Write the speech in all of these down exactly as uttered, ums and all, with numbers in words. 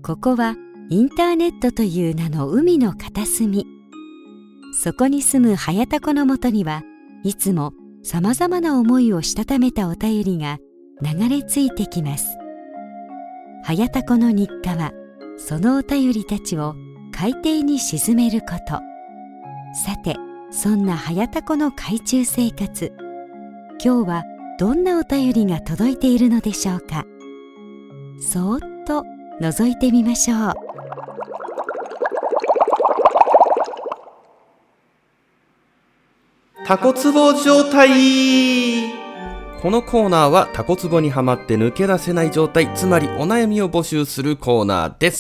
ここはインターネットという名の海の片隅。そこに住むはやたこのもとにはいつもさまざまな思いをしたためたお便りが流れ着いてきます。はやたこの日課はそのお便りたちを海底に沈めること。さて、そんなはやたこの海中生活、今日はどんなお便りが届いているのでしょうか。そーっと覗いてみましょう。 タコツボ状態。このコーナーはタコツボにはまって抜け出せない状態、つまりお悩みを募集するコーナーです。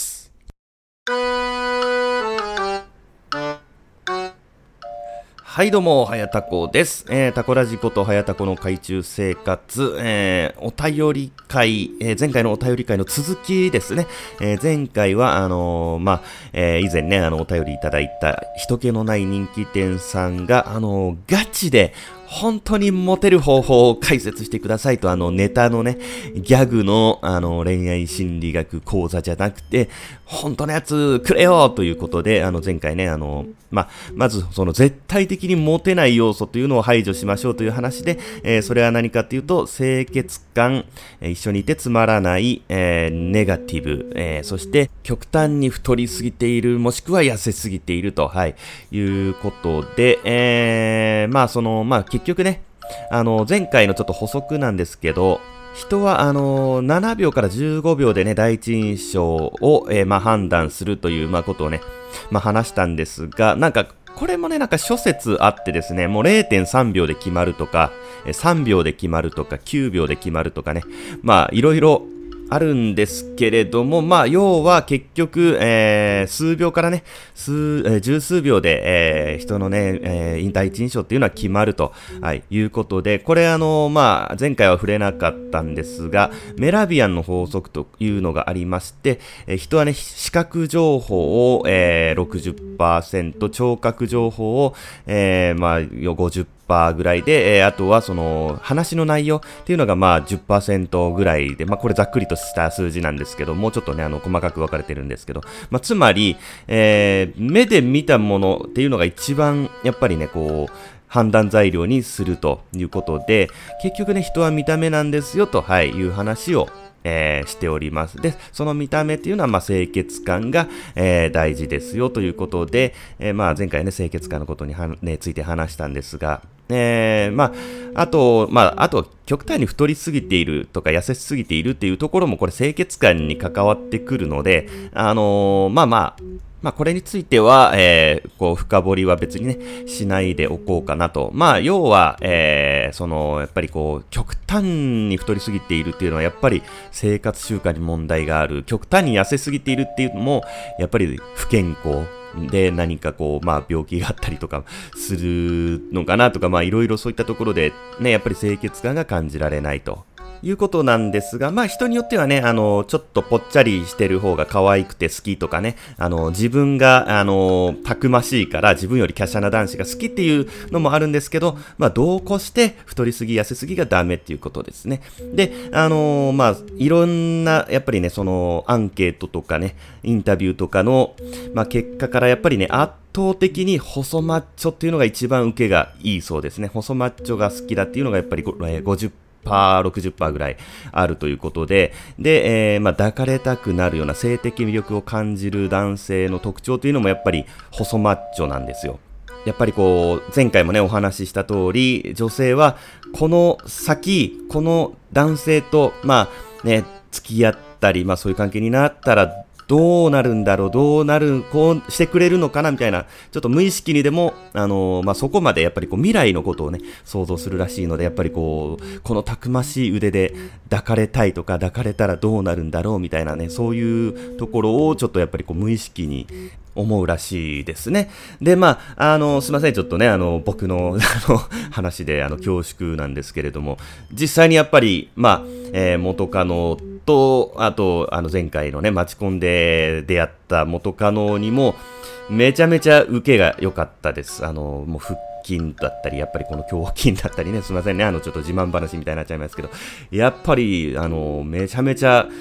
はいどうも、はやたこです。えー、タコラジことはやたこの海中生活、えー、お便り会、えー、前回のお便り会の続きですね。えー、前回は、あのー、まあ、えー、以前ね、あの、お便りいただいた人気のない人気店さんが、あのー、ガチで、本当にモテる方法を解説してくださいと、あのネタのね、ギャグのあの恋愛心理学講座じゃなくて、本当のやつくれよということで、あの前回ね、あの、まあ、まずその絶対的にモテない要素というのを排除しましょうという話で、えー、それは何かというと、清潔感、一緒にいてつまらない、えー、ネガティブ、えー、そして極端に太りすぎている、もしくは痩せすぎていると、はい、いうことで、えー、まあその、まあ結局ね、あの、前回のちょっと補足なんですけど、人はあの、ななびょうからじゅうごびょうでね、第一印象を、えー、まあ判断するという、まあことをね、まあ話したんですが、なんか、これもね、なんか諸説あってですね、もう れいてんさんびょうで決まるとか、さんびょうで決まるとか、きゅうびょうで決まるとかね、まあいろいろ、あるんですけれども、まあ、要は結局、えー、数秒からね、数、えー、十数秒で、えー、人のね、えー、第一印象っていうのは決まると、はい、いうことで、これあの、まあ、前回は触れなかったんですが、メラビアンの法則というのがありまして、えー、人はね、視覚情報を、えー、ろくじゅっパーセント、聴覚情報を、えー、まあ、ごじゅっパーセント、ぐらいで、えー、あとはその話の内容っていうのがまあ じゅっパーセント ぐらいで、まあこれざっくりとした数字なんですけど、もうちょっとねあの細かく分かれてるんですけど、まあつまり、えー、目で見たものっていうのが一番やっぱりねこう判断材料にするということで、結局ね人は見た目なんですよと、はい、いう話をえー、しております。で、その見た目っていうのは、まあ、清潔感が、えー、大事ですよということで、えー、まあ、前回ね、清潔感のことには、ね、ついて話したんですが、えー、まあ、あと、まあ、あと、極端に太りすぎているとか、痩せすぎているっていうところも、これ、清潔感に関わってくるので、あのー、まあまあ、まあこれについては、えー、こう深掘りは別にね、しないでおこうかなと。まあ要は、えー、その、やっぱりこう、極端に太りすぎているっていうのはやっぱり生活習慣に問題がある。極端に痩せすぎているっていうのも、やっぱり不健康。で何かこう、まあ病気があったりとかするのかなとか、まあいろいろそういったところでね、やっぱり清潔感が感じられないと。いうことなんですが、まあ人によってはね、あの、ちょっとぽっちゃりしてる方が可愛くて好きとかね、あの、自分が、あの、たくましいから自分より華奢な男子が好きっていうのもあるんですけど、まあ同行して太りすぎ、痩せすぎがダメっていうことですね。で、あの、まあいろんな、やっぱりね、そのアンケートとかね、インタビューとかの、まあ結果からやっぱりね、圧倒的に細マッチョっていうのが一番受けがいいそうですね。細マッチョが好きだっていうのがやっぱりごじゅっパーセント、ろくじゅっパーセント ぐらいあるということで、で、えー、まあ、抱かれたくなるような性的魅力を感じる男性の特徴というのもやっぱり細マッチョなんですよ。やっぱりこう、前回もね、お話しした通り、女性はこの先、この男性と、まあ、ね、付き合ったり、まあそういう関係になったら、どうなるんだろう、どうなる、こうしてくれるのかなみたいな、ちょっと無意識にでも、あのー、まあ、そこまでやっぱりこう未来のことをね、想像するらしいので、やっぱりこう、このたくましい腕で抱かれたいとか、抱かれたらどうなるんだろうみたいなね、そういうところをちょっとやっぱりこう無意識に思うらしいですね。で、まあ、あの、すいません、ちょっとね、あの、僕の、あの、話で、あの、恐縮なんですけれども、実際にやっぱり、まあ、えー、元カノと、あと、あの、前回のね、マチコンで出会った元カノにも、めちゃめちゃ受けが良かったです。あの、もう腹筋だったり、やっぱりこの胸筋だったりね、すいませんね、あの、ちょっと自慢話みたいになっちゃいますけど、やっぱり、あの、めちゃめちゃ、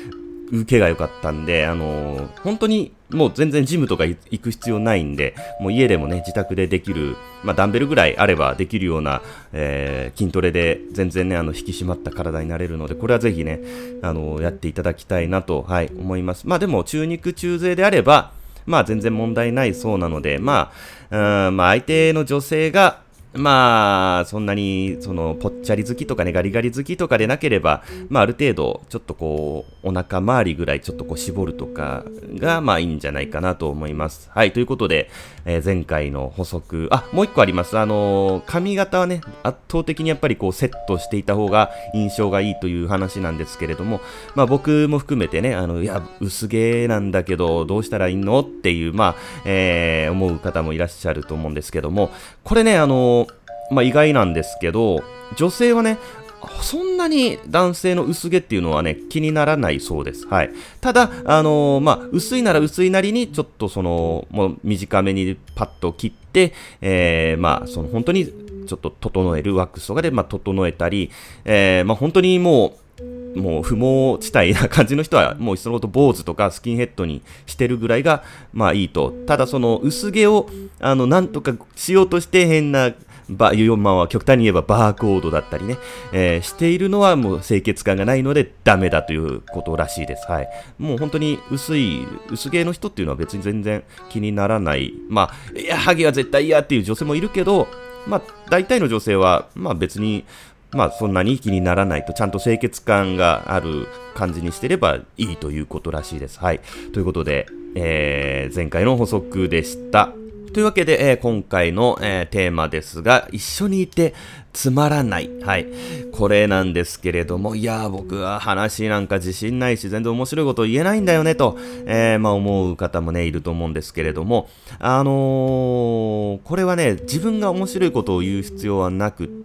受けが良かったんで、あのー、本当にもう全然ジムとか行く必要ないんで、もう家でもね、自宅でできる、まあダンベルぐらいあればできるような、えー、筋トレで全然ね、あの、引き締まった体になれるので、これはぜひね、あのー、やっていただきたいなと、はい、思います。まあでも、中肉中背であれば、まあ全然問題ないそうなので、まあ、うん、まあ相手の女性が、まあ、そんなに、その、ぽっちゃり好きとかね、ガリガリ好きとかでなければ、まあ、ある程度、ちょっとこう、お腹周りぐらいちょっとこう、絞るとかが、まあ、いいんじゃないかなと思います。はい、ということで、えー、前回の補足、あ、もう一個あります。あのー、髪型はね、圧倒的にやっぱりこう、セットしていた方が印象がいいという話なんですけれども、まあ、僕も含めてね、あの、いや、薄毛なんだけど、どうしたらいいのっていう、まあ、えー、思う方もいらっしゃると思うんですけども、これね、あのー、まあ意外なんですけど、女性はね、そんなに男性の薄毛っていうのはね、気にならないそうです。はい。ただ、あのー、まあ、薄いなら薄いなりに、ちょっとその、もう短めにパッと切って、えー、まあ、その本当にちょっと整えるワックスとかで、まあ、整えたり、えー、まあ、本当にもう、もう不毛地帯な感じの人はもういっそのこと坊主とかスキンヘッドにしてるぐらいがまあいいと。ただその薄毛をあのなんとかしようとして変なバー、まあ、極端に言えばバーコードだったりね、えー、しているのはもう清潔感がないのでダメだということらしいです。はい。もう本当に薄い、薄毛の人っていうのは別に全然気にならない。まあ、いや、ハゲは絶対嫌っていう女性もいるけど、まあ、大体の女性は、まあ別に、まあそんなに気にならないと、ちゃんと清潔感がある感じにしてればいいということらしいです。はい。ということで、えー、前回の補足でした。というわけで、えー、今回の、えー、テーマですが、一緒にいてつまらない。はい。これなんですけれども、いやー僕は話なんか自信ないし、全然面白いこと言えないんだよねと、えー、まあ思う方もね、いると思うんですけれども、あのー、これはね、自分が面白いことを言う必要はなくって、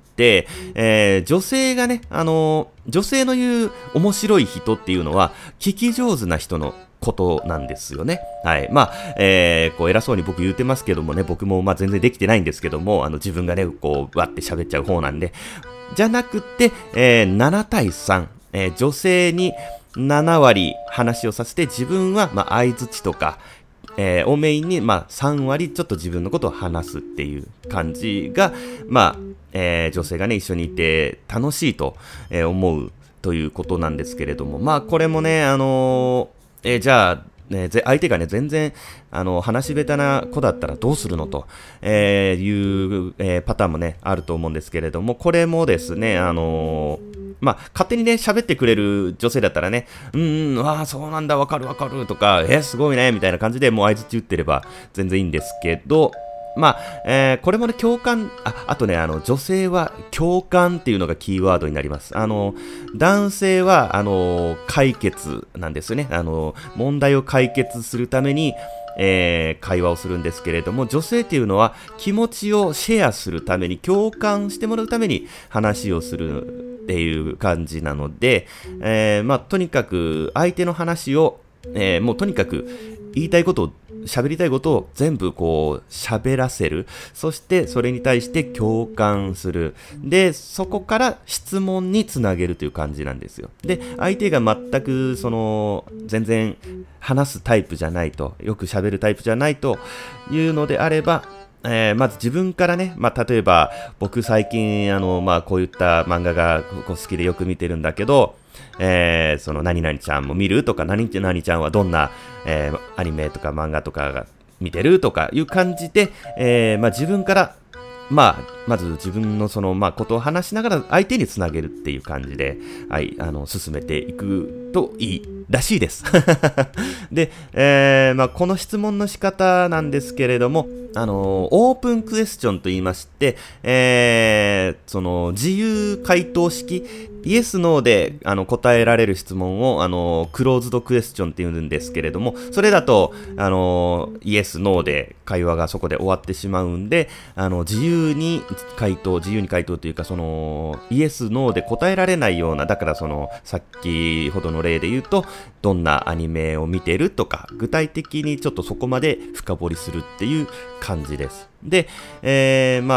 えー、女性がね、あのー、女性の言う面白い人っていうのは、聞き上手な人のことなんですよね。はい。まあ、えー、こう偉そうに僕言ってますけどもね、僕もまあ全然できてないんですけども、あの自分がね、こう、わって喋っちゃう方なんで、じゃなくて、えー、ななたいさん、えー、女性にななわり話をさせて、自分はまあ相槌とか、えー、をメインにまあさんわりちょっと自分のことを話すっていう感じが、まあ、えー、女性がね、一緒にいて楽しいと、えー、思うということなんですけれども、まあこれもね、あのーえー、じゃあ、ね、相手がね、全然、あの、話し下手な子だったらどうするのと、えー、いう、えー、パターンもね、あると思うんですけれども、これもですね、あのー、まあ、勝手にね、喋ってくれる女性だったらね、うん、うん、ああ、そうなんだ、わかるわかるとか、えー、すごいね、みたいな感じでもう相槌打ってれば全然いいんですけど、まあ、えー、これもね、共感、あ、あとね、あの、女性は共感っていうのがキーワードになります。あの、男性は、あの、解決なんですよね。あの、問題を解決するために、えー、会話をするんですけれども、女性っていうのは気持ちをシェアするために、共感してもらうために話をするっていう感じなので、えー、まあ、とにかく相手の話を、えー、もうとにかく言いたいことを喋りたいことを全部こう喋らせる。そしてそれに対して共感する。で、そこから質問につなげるという感じなんですよ。で、相手が全くその全然話すタイプじゃないと、よく喋るタイプじゃないというのであれば、えー、まず自分からね、まあ、例えば僕最近あの、まあ、こういった漫画が好きでよく見てるんだけど、えー、その何々ちゃんも見るとか、何々ちゃんはどんな、えー、アニメとか漫画とかが見てるとかいう感じで、えー、まあ自分から、まあ、まず自分のその、まあ、ことを話しながら相手につなげるっていう感じで、はい、あの、進めていくといいらしいです。で、えー、まあ、この質問の仕方なんですけれども、あの、オープンクエスチョンと言いまして、えー、その、自由回答式、イエス・ノーであの答えられる質問をあのクローズドクエスチョンって言うんですけれども、それだとあのイエス・ノーで会話がそこで終わってしまうんで、あの自由に回答、自由に回答というか、そのイエス・ノーで答えられないような、だからそのさっきほどの例で言うと、どんなアニメを見てるとか、具体的にちょっとそこまで深掘りするっていう感じです。で、えー、まあ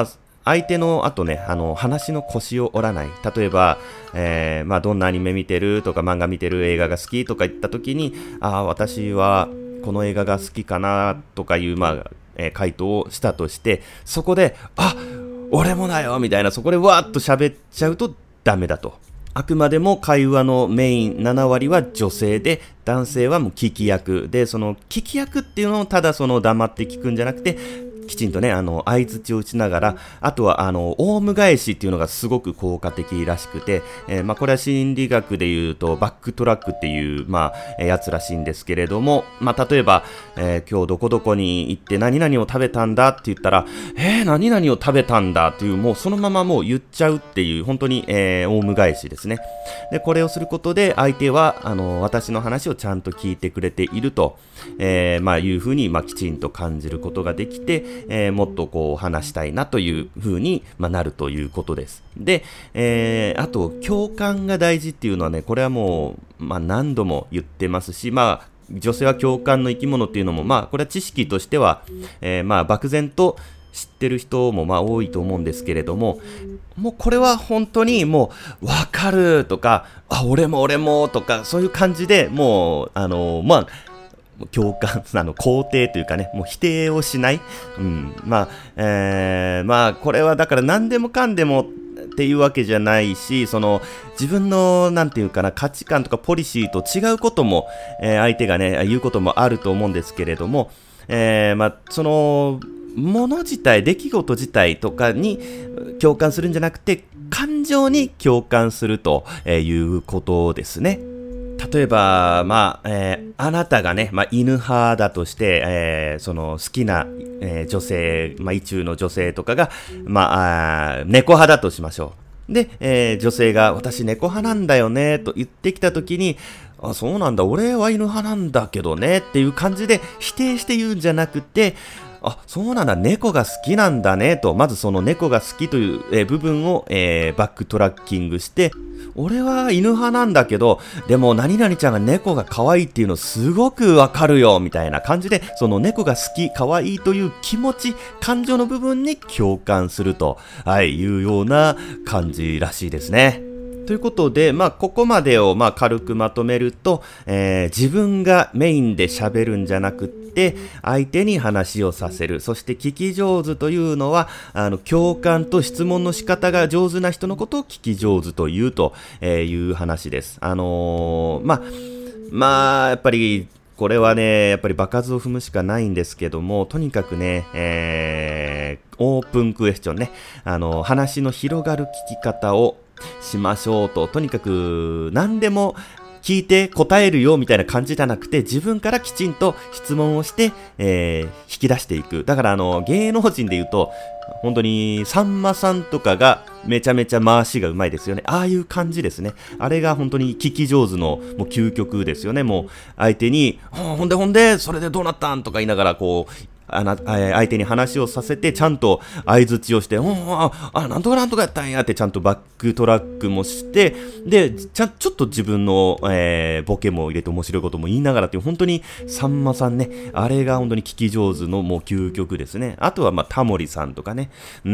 相手のあとね、あの話の腰を折らない。例えば、えー、まあどんなアニメ見てるとか漫画見てる、映画が好きとか言った時に、ああ私はこの映画が好きかなとかいうまあ、えー、回答をしたとして、そこであ俺もだよみたいな、そこでわーっと喋っちゃうとダメだと。あくまでも会話のメインなな割は女性で、男性はもう聞き役で、その聞き役っていうのをただその黙って聞くんじゃなくて、きちんとね、あの、相槌を打ちながら、あとは、あの、オウム返しっていうのがすごく効果的らしくて、えー、まあ、これは心理学で言うと、バックトラックっていう、まあ、やつらしいんですけれども、まあ、例えば、えー、今日どこどこに行って何々を食べたんだって言ったら、えー、何々を食べたんだっていう、もうそのままもう言っちゃうっていう、本当に、えー、オウム返しですね。で、これをすることで、相手は、あの、私の話をちゃんと聞いてくれていると、えー、まあ、いうふうに、まあ、きちんと感じることができて、えー、もっとこう話したいなという風に、まあ、なるということです。で、えー、あと共感が大事っていうのはね、これはもう、まあ、何度も言ってますし、まあ女性は共感の生き物っていうのも、まあこれは知識としては、えー、まあ漠然と知ってる人もまあ多いと思うんですけれども、もうこれは本当にもうわかるとか、あ俺も俺もとかそういう感じでもうあのー、まあ共感、あの、肯定というかね、もう否定をしない。うん。まあ、えー、まあ、これはだから何でもかんでもっていうわけじゃないし、その、自分の、なんていうかな、価値観とかポリシーと違うことも、えー、相手がね、言うこともあると思うんですけれども、えー、まあ、その、もの自体、出来事自体とかに共感するんじゃなくて、感情に共感するということですね。例えば、まあ、えー、あなたがね、まあ、犬派だとして、えー、その好きな、えー、女性、まあ、意中の女性とかが、まあ、あ猫派だとしましょう。で、えー、女性が私猫派なんだよね、と言ってきたときに、あ、そうなんだ、俺は犬派なんだけどね、っていう感じで否定して言うんじゃなくて、あ、そうなんだ、猫が好きなんだね、と、まずその猫が好きという、えー、部分を、えー、バックトラッキングして、俺は犬派なんだけど、でも何々ちゃんが猫が可愛いっていうのすごくわかるよみたいな感じで、その猫が好き、可愛いという気持ち、感情の部分に共感すると、はい、いうような感じらしいですね。ということで、まあ、ここまでを、まあ、軽くまとめると、えー、自分がメインで喋るんじゃなくって、相手に話をさせる。そして聞き上手というのは、あの、共感と質問の仕方が上手な人のことを聞き上手というという話です。あのー、まあ、まあ、やっぱり、これはね、やっぱり場数を踏むしかないんですけども、とにかくね、えー、オープンクエスチョンね、あの、話の広がる聞き方をしましょうと、とにかく何でも聞いて答えるよみたいな感じじゃなくて、自分からきちんと質問をして、えー、引き出していく。だからあの芸能人で言うと本当にさんまさんとかがめちゃめちゃ回しがうまいですよね。ああいう感じですね。あれが本当に聞き上手のもう究極ですよね。もう相手にほんでほんでそれでどうなったんとか言いながらこうあな相手に話をさせてちゃんと相槌をして、うん、あ、あ、なんとかなんとかやったんやってちゃんとバックトラックもして、で、ちゃん、ちょっと自分の、えー、ボケも入れて面白いことも言いながらっていう、本当にさんまさんね、あれが本当に聞き上手のもう究極ですね。あとはまあタモリさんとかね、うん、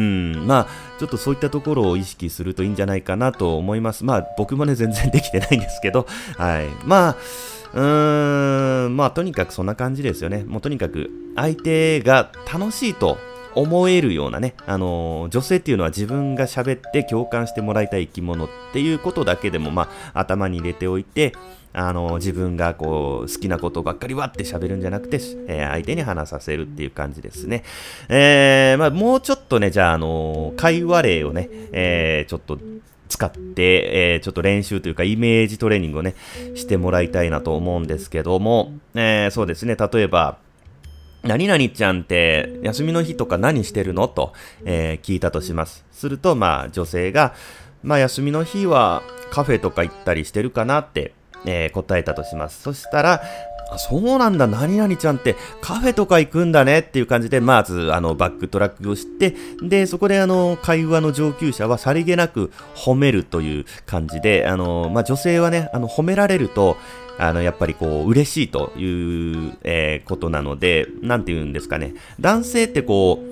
まあちょっとそういったところを意識するといいんじゃないかなと思います。まあ僕もね全然できてないんですけど、はい、まあ。うーん、まあとにかくそんな感じですよね。もうとにかく相手が楽しいと思えるようなね、あのー、女性っていうのは自分が喋って共感してもらいたい生き物っていうことだけでもまあ頭に入れておいて、あのー、自分がこう好きなことばっかりわって喋るんじゃなくて、えー、相手に話させるっていう感じですね。えー、まあもうちょっとね、じゃああのー、会話例をね、えー、ちょっと使って、えー、ちょっと練習というかイメージトレーニングをねしてもらいたいなと思うんですけども、えー、そうですね、例えば何々ちゃんって休みの日とか何してるのと、えー、聞いたとします。するとまあ女性がまあ休みの日はカフェとか行ったりしてるかなって、えー、答えたとします。そしたらあ、そうなんだ、何々ちゃんってカフェとか行くんだねっていう感じで、まずあのバックトラックをして、でそこであの会話の上級者はさりげなく褒めるという感じで、あの、まあ、女性はね、あの褒められるとあのやっぱりこう嬉しいという、えー、ことなので、なんて言うんですかね、男性ってこう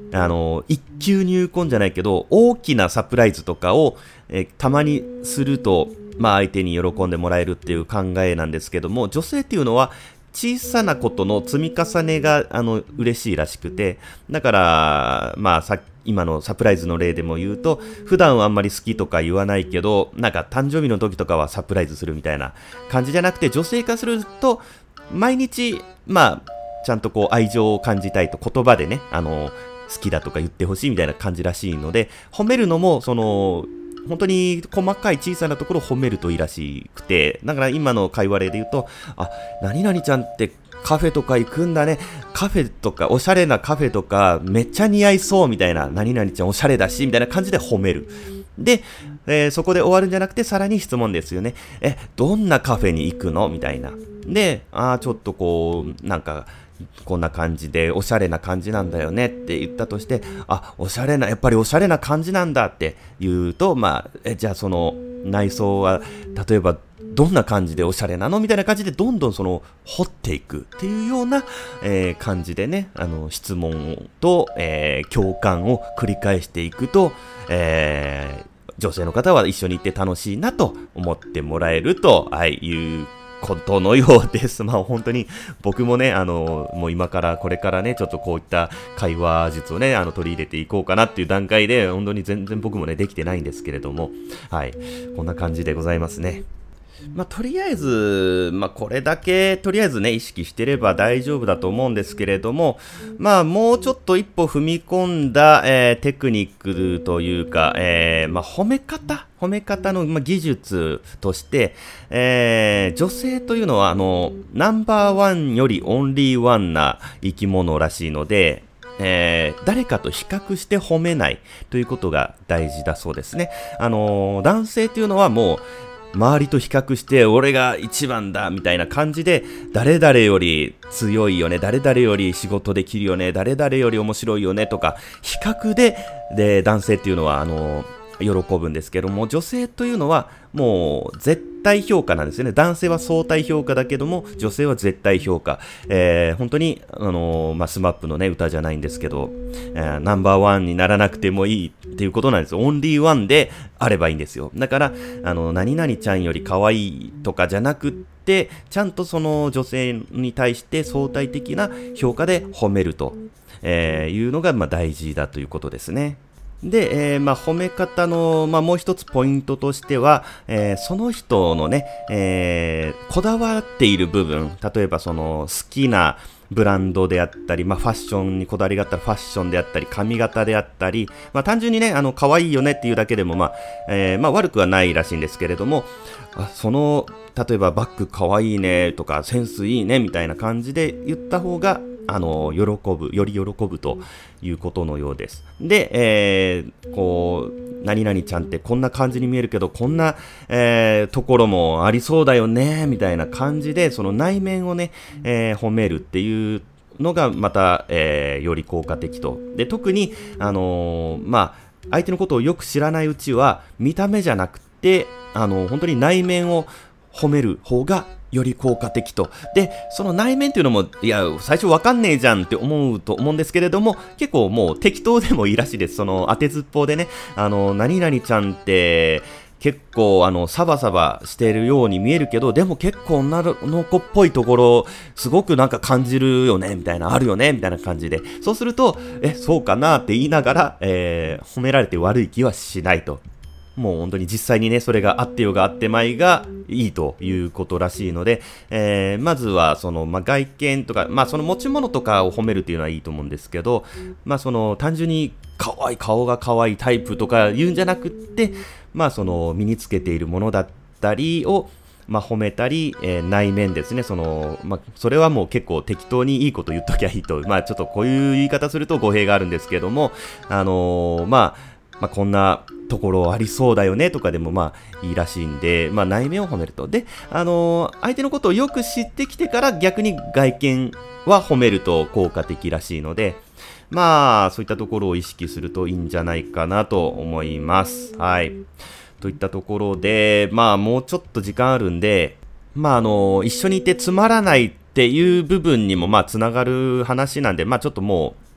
あの、一級入魂じゃないけど、大きなサプライズとかを、えー、たまにすると、まあ相手に喜んでもらえるっていう考えなんですけども、女性っていうのは、小さなことの積み重ねが、あの、嬉しいらしくて、だから、まあさ、今のサプライズの例でも言うと、普段はあんまり好きとか言わないけど、なんか誕生日の時とかはサプライズするみたいな感じじゃなくて、女性化すると、毎日、まあ、ちゃんとこう愛情を感じたいと言葉でね、あの、好きだとか言ってほしいみたいな感じらしいので、褒めるのも、その、本当に細かい小さなところを褒めるといいらしくて、だから今の会話例で言うと、あ、何々ちゃんってカフェとか行くんだね、カフェとか、おしゃれなカフェとか、めっちゃ似合いそうみたいな、何々ちゃんおしゃれだし、みたいな感じで褒める。で、えー、そこで終わるんじゃなくて、さらに質問ですよね。え、どんなカフェに行くのみたいな。で、あーちょっとこう、なんか、こんな感じでおしゃれな感じなんだよねって言ったとして、あ、おしゃれな、やっぱりおしゃれな感じなんだって言うと、まあ、えじゃあその内装は例えばどんな感じでおしゃれなのみたいな感じでどんどんその掘っていくっていうような、えー、感じでね、あの質問と、えー、共感を繰り返していくと、えー、女性の方は一緒に行って楽しいなと思ってもらえると、はい、いうことのようです。まあ本当に僕もね、あの、もう今からこれからね、ちょっとこういった会話術をね、あの取り入れていこうかなっていう段階で、本当に全然僕もね、できてないんですけれども、はい、こんな感じでございますね。まあ、とりあえず、まあ、これだけ、とりあえずね、意識してれば大丈夫だと思うんですけれども、まあ、もうちょっと一歩踏み込んだ、えー、テクニックというか、えー、まあ、褒め方褒め方の、まあ、技術として、えー、女性というのは、あの、ナンバーワンよりオンリーワンな生き物らしいので、えー、誰かと比較して褒めないということが大事だそうですね。あのー、男性というのはもう、周りと比較して俺が一番だみたいな感じで、誰々より強いよね、誰々より仕事できるよね、誰々より面白いよねとか、比較で、で、男性っていうのはあの喜ぶんですけども、女性というのはもう絶対評価なんですよね。男性は相対評価だけども、女性は絶対評価。えー、本当に、あのー、まあ、スマップのね、歌じゃないんですけど、えー、ナンバーワンにならなくてもいいっていうことなんですよ。オンリーワンであればいいんですよ。だから、あの、何々ちゃんより可愛いとかじゃなくって、ちゃんとその女性に対して相対的な評価で褒めると、えー、いうのが、まあ、大事だということですね。で、えー、まあ、褒め方の、まあ、もう一つポイントとしては、えー、その人のね、えー、こだわっている部分、例えばその好きなブランドであったり、まあ、ファッションにこだわりがあったらファッションであったり、髪型であったり、まあ、単純にね、あの、可愛いよねっていうだけでも、まあ、えー、まあ、悪くはないらしいんですけれども、あ、その、例えばバッグ可愛いねとか、センスいいねみたいな感じで言った方が、あの、喜ぶ、より喜ぶということのようです。で、えー、こう、何々ちゃんってこんな感じに見えるけど、こんな、えー、ところもありそうだよね、みたいな感じで、その内面をね、えー、褒めるっていうのがまた、えー、より効果的と。で、特に、あのー、まあ、相手のことをよく知らないうちは、見た目じゃなくて、あのー、本当に内面を褒める方がより効果的と。で、その内面っていうのも、いや、最初わかんねえじゃんって思うと思うんですけれども、結構もう適当でもいいらしいです。その当てずっぽうでね、あの、何々ちゃんって、結構あのサバサバしてるように見えるけど、でも結構女の子っぽいところすごくなんか感じるよねみたいな、あるよねみたいな感じで、そうするとえそうかなって言いながら、えー、褒められて悪い気はしないと。もう本当に実際にね、それがあってよがあってまいがいいということらしいので、えー、まずはその、まあ、外見とか、まあその持ち物とかを褒めるっていうのはいいと思うんですけど、まあその単純に可愛い顔が可愛いタイプとか言うんじゃなくって、まあその身につけているものだったりをまあ褒めたり、えー、内面ですね、そのまあそれはもう結構適当にいいこと言っときゃいいと、まあちょっとこういう言い方すると語弊があるんですけども、あのー、まあまあこんなところありそうだよねとかでもまあいいらしいんで、まあ内面を褒めると。で、あのー、相手のことをよく知ってきてから逆に外見は褒めると効果的らしいので、まあそういったところを意識するといいんじゃないかなと思います。はい。といったところで、まあもうちょっと時間あるんで、まああのー、一緒にいてつまらないっていう部分にもまあつながる話なんで、まあちょっともう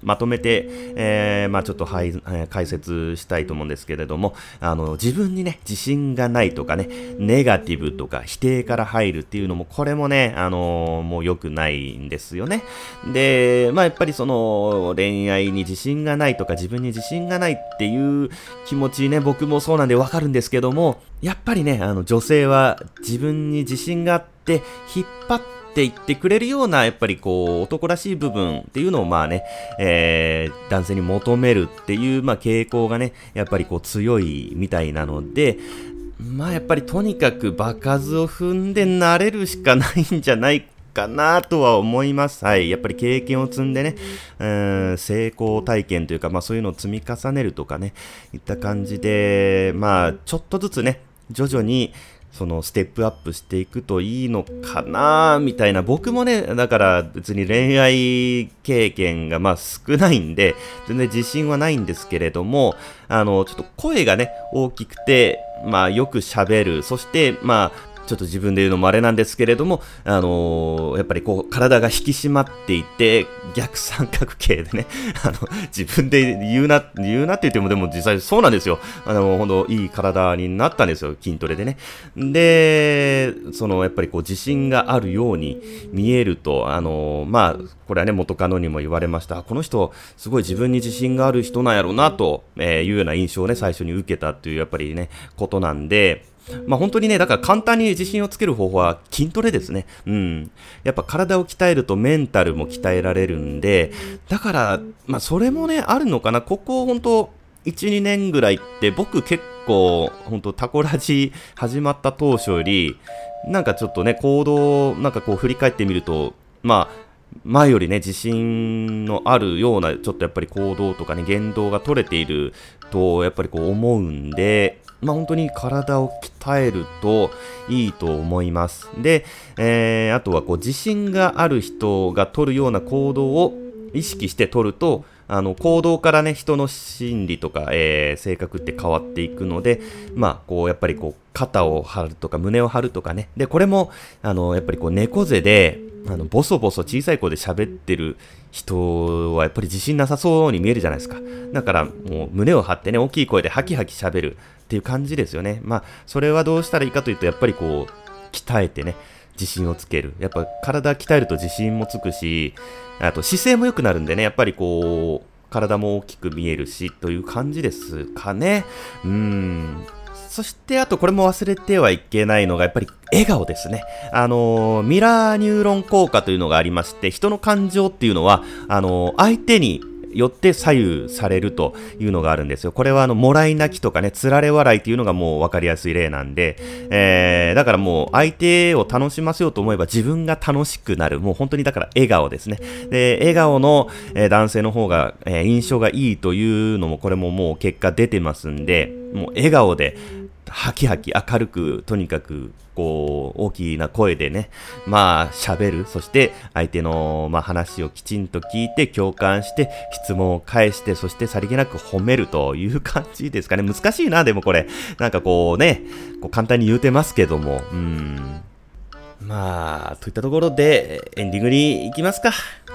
まとめて、えー、まあちょっと、はい、えー、解説したいと思うんですけれども、あの、自分にね、自信がないとかね、ネガティブとか否定から入るっていうのも、これもね、あのー、もう良くないんですよね。で、まあやっぱりその、恋愛に自信がないとか、自分に自信がないっていう気持ちね、僕もそうなんでわかるんですけども、やっぱりね、あの、女性は自分に自信があって、引っ張ってって言ってくれるようなやっぱりこう男らしい部分っていうのをまあね、えー、男性に求めるっていうまあ傾向がねやっぱりこう強いみたいなので、まあやっぱりとにかく場数を踏んで慣れるしかないんじゃないかなとは思います。はい。やっぱり経験を積んでね、うーん、成功体験というか、まあそういうのを積み重ねるとかね、いった感じで、まあちょっとずつね、徐々にそのステップアップしていくといいのかなみたいな。僕もね、だから別に恋愛経験がまあ少ないんで、全然自信はないんですけれども、あの、ちょっと声がね、大きくて、まあよく喋る。そしてまあ、ちょっと自分で言うのもあれなんですけれども、あのー、やっぱりこう体が引き締まっていて逆三角形でね、あの自分で言うな言うなって言ってもでも実際そうなんですよ。あの本当いい体になったんですよ、筋トレでね。で、そのやっぱりこう自信があるように見えると、あのー、まあこれはね元カノにも言われました。この人すごい自分に自信がある人なんやろうなと、えー、いうような印象をね最初に受けたというやっぱりねことなんで。まあ本当にね、だから簡単に自信をつける方法は筋トレですね。うん。やっぱ体を鍛えるとメンタルも鍛えられるんで、だから、まあそれもね、あるのかな。ここ本当いち、にねんぐらいって僕結構本当タコラジ始まった当初より、なんかちょっとね、行動、なんかこう振り返ってみると、まあ、前よりね、自信のあるような、ちょっとやっぱり行動とかね、言動が取れていると、やっぱりこう思うんで、まあ本当に体を鍛えるといいと思います。で、えー、あとはこう自信がある人が取るような行動を意識して取ると、あの行動からね人の心理とか、えー、性格って変わっていくので、まあこうやっぱりこう肩を張るとか胸を張るとかね。でこれもあのやっぱりこう猫背であのボソボソ小さい声で喋ってる人はやっぱり自信なさそうに見えるじゃないですか。だからもう胸を張ってね大きい声でハキハキ喋るっていう感じですよね。まあそれはどうしたらいいかというとやっぱりこう鍛えてね自信をつける。やっぱ体鍛えると自信もつくし、あと姿勢も良くなるんでね、やっぱりこう体も大きく見えるしという感じですかね。うーん。そしてあとこれも忘れてはいけないのがやっぱり笑顔ですね。あのー、ミラーニューロン効果というのがありまして、人の感情っていうのはあのー、相手によって左右されるというのがあるんですよ。これはあのもらい泣きとかね、つられ笑いというのがもう分かりやすい例なんで、えー、だからもう相手を楽しませようと思えば自分が楽しくなる。もう本当にだから笑顔ですね。で、笑顔の、えー、男性の方が、えー、印象がいいというのもこれももう結果出てますんで、もう笑顔でハキハキ明るくとにかくこう大きな声でねまあ喋る。そして相手のまあ話をきちんと聞いて共感して質問を返して、そしてさりげなく褒めるという感じですかね。難しいな。でもこれなんかこうねこう簡単に言うてますけども、うーんまあといったところでエンディングに行きますか。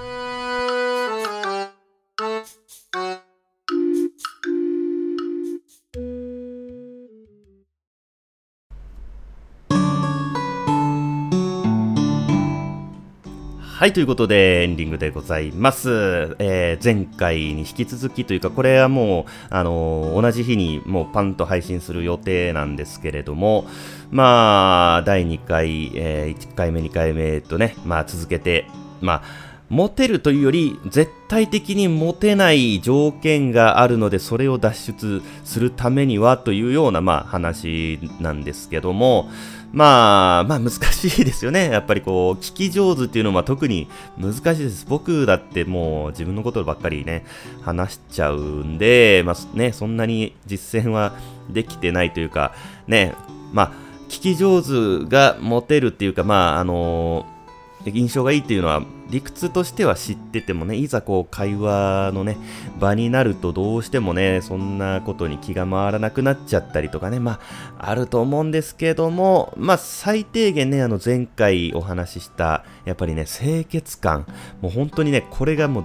はい、ということでエンディングでございます。えー、前回に引き続きというか、これはもう、あのー、同じ日にもうパンと配信する予定なんですけれども、まあ、だいにかい、えー、いっかいめ、にかいめとね、まあ続けて、まあ、モテるというより絶対的にモテない条件があるのでそれを脱出するためにはというようなまあ話なんですけども、まあまあ難しいですよね。やっぱりこう聞き上手っていうのは特に難しいです。僕だってもう自分のことばっかりね話しちゃうんで、まあねそんなに実践はできてないというかね、まあ聞き上手がモテるっていうかまああのー印象がいいっていうのは理屈としては知っててもね、いざこう会話のね場になるとどうしてもねそんなことに気が回らなくなっちゃったりとかね、まああると思うんですけども、まあ最低限ねあの前回お話ししたやっぱりね清潔感、もう本当にねこれがもう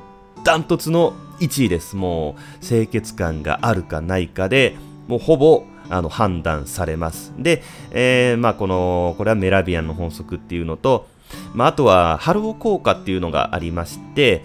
ダントツのいちいです。もう清潔感があるかないかでもうほぼあの判断されます。で、えー、まあこのこれはメラビアンの法則っていうのと、まあ、あとはハロー効果っていうのがありまして、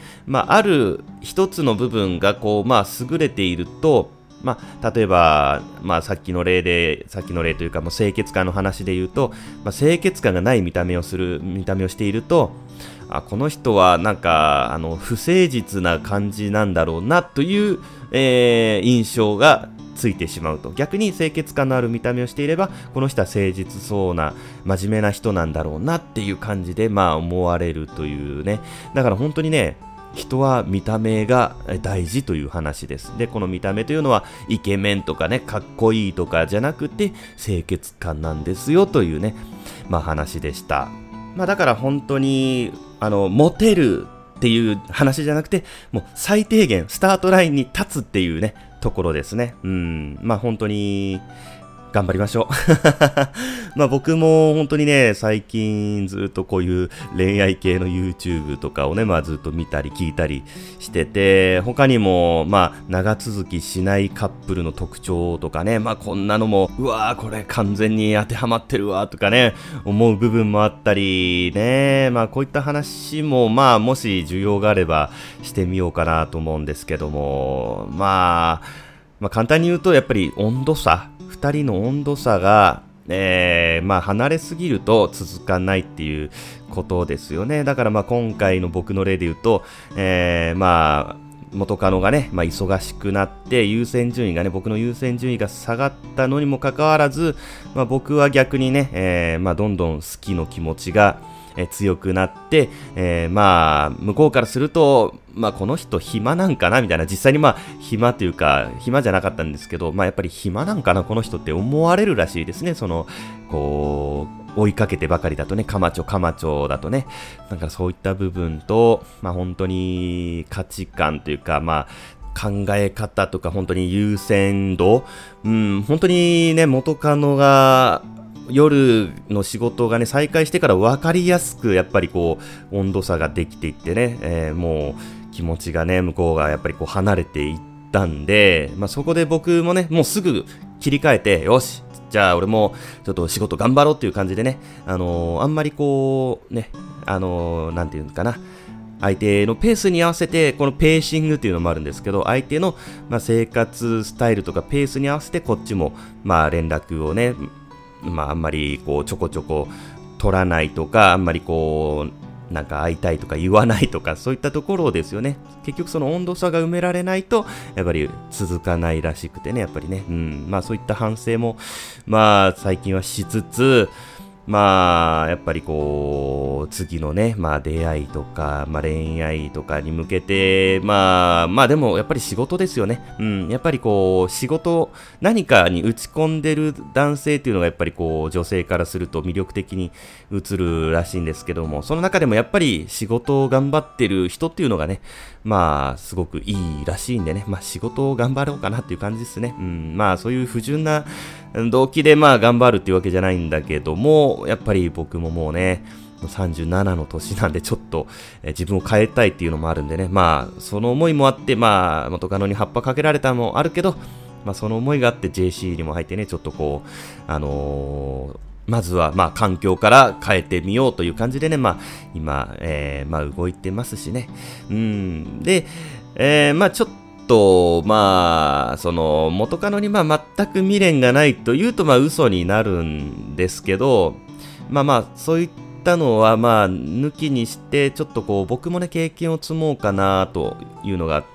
まあ、ある一つの部分がこう、まあ、優れていると、まあ、例えば、まあ、さっきの例でさっきの例というかもう清潔感の話で言うと、まあ、清潔感がない見た目をする見た目をしていると、あこの人はなんかあの不誠実な感じなんだろうなという、えー、印象がついてしまうと。逆に清潔感のある見た目をしていれば、この人は誠実そうな真面目な人なんだろうなっていう感じでまあ思われるというね。だから本当にね、人は見た目が大事という話です。で、この見た目というのはイケメンとかね、かっこいいとかじゃなくて清潔感なんですよというね、まあ話でした。まあだから本当にあのモテるっていう話じゃなくて、もう最低限スタートラインに立つっていうねところですね。うん、まあ本当に頑張りましょう。まあ僕も本当にね、最近ずっとこういう恋愛系の YouTube とかをね、まあずっと見たり聞いたりしてて、他にもまあ長続きしないカップルの特徴とかね、まあこんなのもうわーこれ完全に当てはまってるわとかね、思う部分もあったりね、まあこういった話もまあもし需要があればしてみようかなと思うんですけども、まあまあ簡単に言うとやっぱり温度差ふたりの温度差が、えーまあ、離れすぎると続かないっていうことですよね。だからまあ今回の僕の例で言うと、えー、まあ元カノがね、まあ、忙しくなって優先順位がね僕の優先順位が下がったのにもかかわらず、まあ、僕は逆にね、えーまあ、どんどん好きの気持ちがえ強くなって、えー、まあ向こうからすると、まあ、この人暇なんかなみたいな、実際にまあ暇というか暇じゃなかったんですけど、まあ、やっぱり暇なんかなこの人って思われるらしいですね。そのこう追いかけてばかりだとね、カマチョカマチョだとね、なんかそういった部分と、まあ、本当に価値観というか、まあ考え方とか本当に優先度、うん、本当にね元カノが夜の仕事がね再開してから分かりやすくやっぱりこう温度差ができていってね、えー、もう気持ちがね向こうがやっぱりこう離れていったんで、まあ、そこで僕もねもうすぐ切り替えて、よしじゃあ俺もちょっと仕事頑張ろうっていう感じでね、あのー、あんまりこうねあのー、なんていうのかな、相手のペースに合わせてこのペーシングっていうのもあるんですけど、相手のまあ生活スタイルとかペースに合わせてこっちもまあ連絡をね、まああんまりこうちょこちょこ取らないとか、あんまりこうなんか会いたいとか言わないとか、そういったところですよね。結局その温度差が埋められないとやっぱり続かないらしくてね、やっぱりね、うん、まあそういった反省もまあ最近はしつつ、まあやっぱりこう次のねまあ出会いとか、まあ、恋愛とかに向けてまあまあでもやっぱり仕事ですよね。うん、やっぱりこう仕事何かに打ち込んでる男性っていうのがやっぱりこう女性からすると魅力的に映るらしいんですけども、その中でもやっぱり仕事を頑張ってる人っていうのがねまあすごくいいらしいんでね、まあ仕事を頑張ろうかなっていう感じですね。うん、まあそういう不純な動機でまあ頑張るっていうわけじゃないんだけども、やっぱり僕ももうねさんじゅうななの年なんでちょっと、えー、自分を変えたいっていうのもあるんでね、まあその思いもあってまあ元カノに葉っぱかけられたのもあるけど、まあその思いがあって ジェーシー にも入ってねちょっとこうあのーまずはまあ環境から変えてみようという感じでね、まあ今、えー、まあ動いてますしね。うんで、えー、まあちょっとまあその元カノにまあ全く未練がないというとまあ嘘になるんですけど、まあまあそういったのはまあ抜きにしてちょっとこう僕もね経験を積もうかなというのがあって、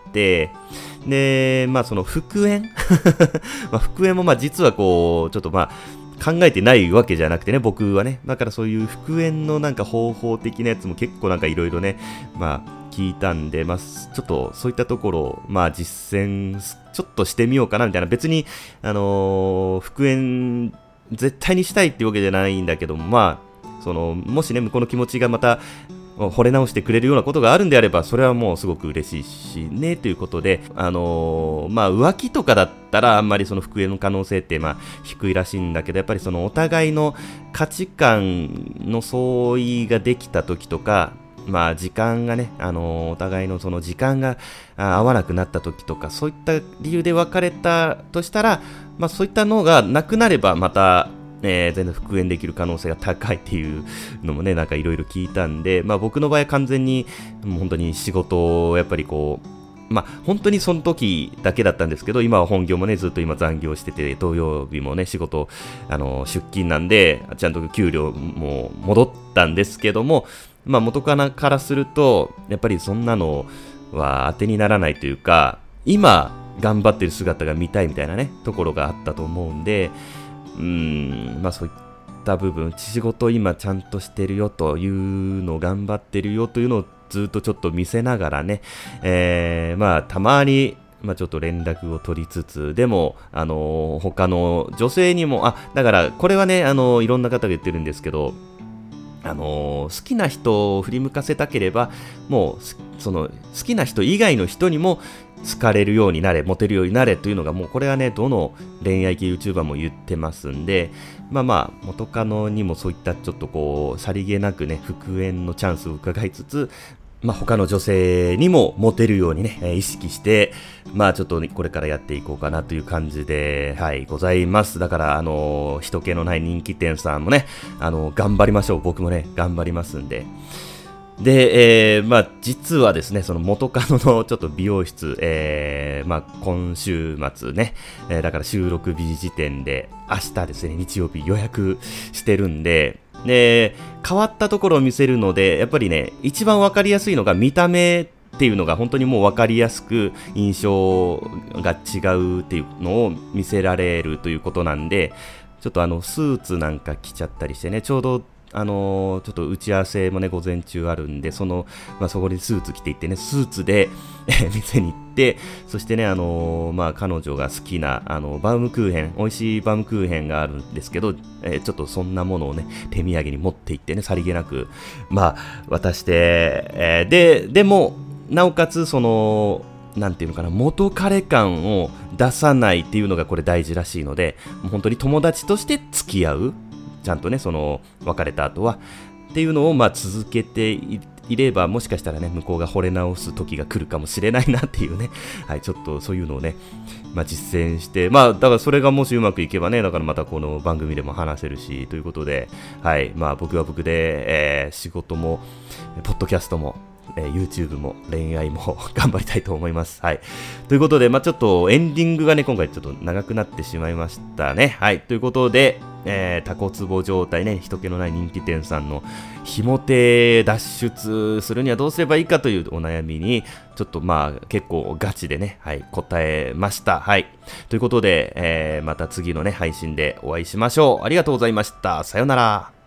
でまあその復縁まあ復縁もまあ実はこうちょっとまあ考えてないわけじゃなくてね、僕はね。だからそういう復縁のなんか方法的なやつも結構なんかいろいろね、まあ聞いたんで、まあちょっとそういったところをまあ実践ちょっとしてみようかなみたいな。別にあのー、復縁絶対にしたいっていうわけじゃないんだけども、まあそのもしね向こうの気持ちがまた惚れ直してくれるようなことがあるんであれば、それはもうすごく嬉しいしねということで、あのー、まあ浮気とかだったらあんまりその復縁の可能性ってまあ低いらしいんだけど、やっぱりそのお互いの価値観の相違ができた時とか、 まあ時間がね、あのー、お互いのその時間が合わなくなった時とか、そういった理由で別れたとしたら、まあそういったのがなくなればまた、えー、全然復縁できる可能性が高いっていうのもね、なんかいろいろ聞いたんで、まあ僕の場合は完全にもう本当に仕事をやっぱりこう、まあ、本当にその時だけだったんですけど、今は本業もねずっと今残業してて、土曜日もね仕事あの出勤なんでちゃんと給料も戻ったんですけども、まあ、元カノからするとやっぱりそんなのは当てにならないというか、今頑張ってる姿が見たいみたいなねところがあったと思うんで、うーんまあそういった部分、仕事今ちゃんとしてるよというのを、頑張ってるよというのをずっとちょっと見せながらね、えー、まあたまに、まあ、ちょっと連絡を取りつつ、でも、あのー、他の女性にも、あ、だからこれはね、あのー、いろんな方が言ってるんですけど、あのー、好きな人を振り向かせたければ、もうその好きな人以外の人にも好かれるようになれ、モテるようになれというのが、もうこれはね、どの恋愛系 YouTuber も言ってますんで、まあまあ元カノにもそういったちょっとこうさりげなくね復縁のチャンスを伺いつつ、まあ他の女性にもモテるようにね、えー、意識して、まあちょっとこれからやっていこうかなという感じで、はい、ございます。だからあのー、人気のない人気店さんもね、あのー、頑張りましょう。僕もね、頑張りますんで。で、えー、まあ実はですね、その元カノのちょっと美容室、えー、まあ今週末ね、えー、だから収録日時点で明日ですね、日曜日予約してるんで、で、変わったところを見せるので、やっぱりね、一番わかりやすいのが見た目っていうのが本当にもうわかりやすく印象が違うっていうのを見せられるということなんで、ちょっとあのスーツなんか着ちゃったりしてね、ちょうどあのー、ちょっと打ち合わせもね午前中あるんで、その、まあ、そこにスーツ着ていってね、スーツで店に行って、そしてね、あのー、まあ彼女が好きなあのバウムクーヘン、美味しいバウムクーヘンがあるんですけど、えー、ちょっとそんなものをね手土産に持って行ってね、さりげなくまあ渡して、えー、ででもなおかつそのなんていうのかな、元彼感を出さないっていうのがこれ大事らしいので、もう本当に友達として付き合う、ちゃんとねその別れた後はっていうのをまあ続けて い, いれば、もしかしたらね向こうが惚れ直す時が来るかもしれないなっていうね、はい、ちょっとそういうのをね、まあ、実践して、まあだからそれがもしうまくいけばね、だからまたこの番組でも話せるしということで、はい、まあ僕は僕で、えー、仕事もポッドキャストもえー、YouTube も恋愛も頑張りたいと思います。はい。ということで、まあちょっとエンディングがね、今回ちょっと長くなってしまいましたね。はい。ということで、えー、タコツボ状態ね、人気のない人気店さんのひも手脱出するにはどうすればいいかというお悩みに、ちょっとまあ結構ガチでね、はい、答えました。はい。ということで、えー、また次のね、配信でお会いしましょう。ありがとうございました。さよなら。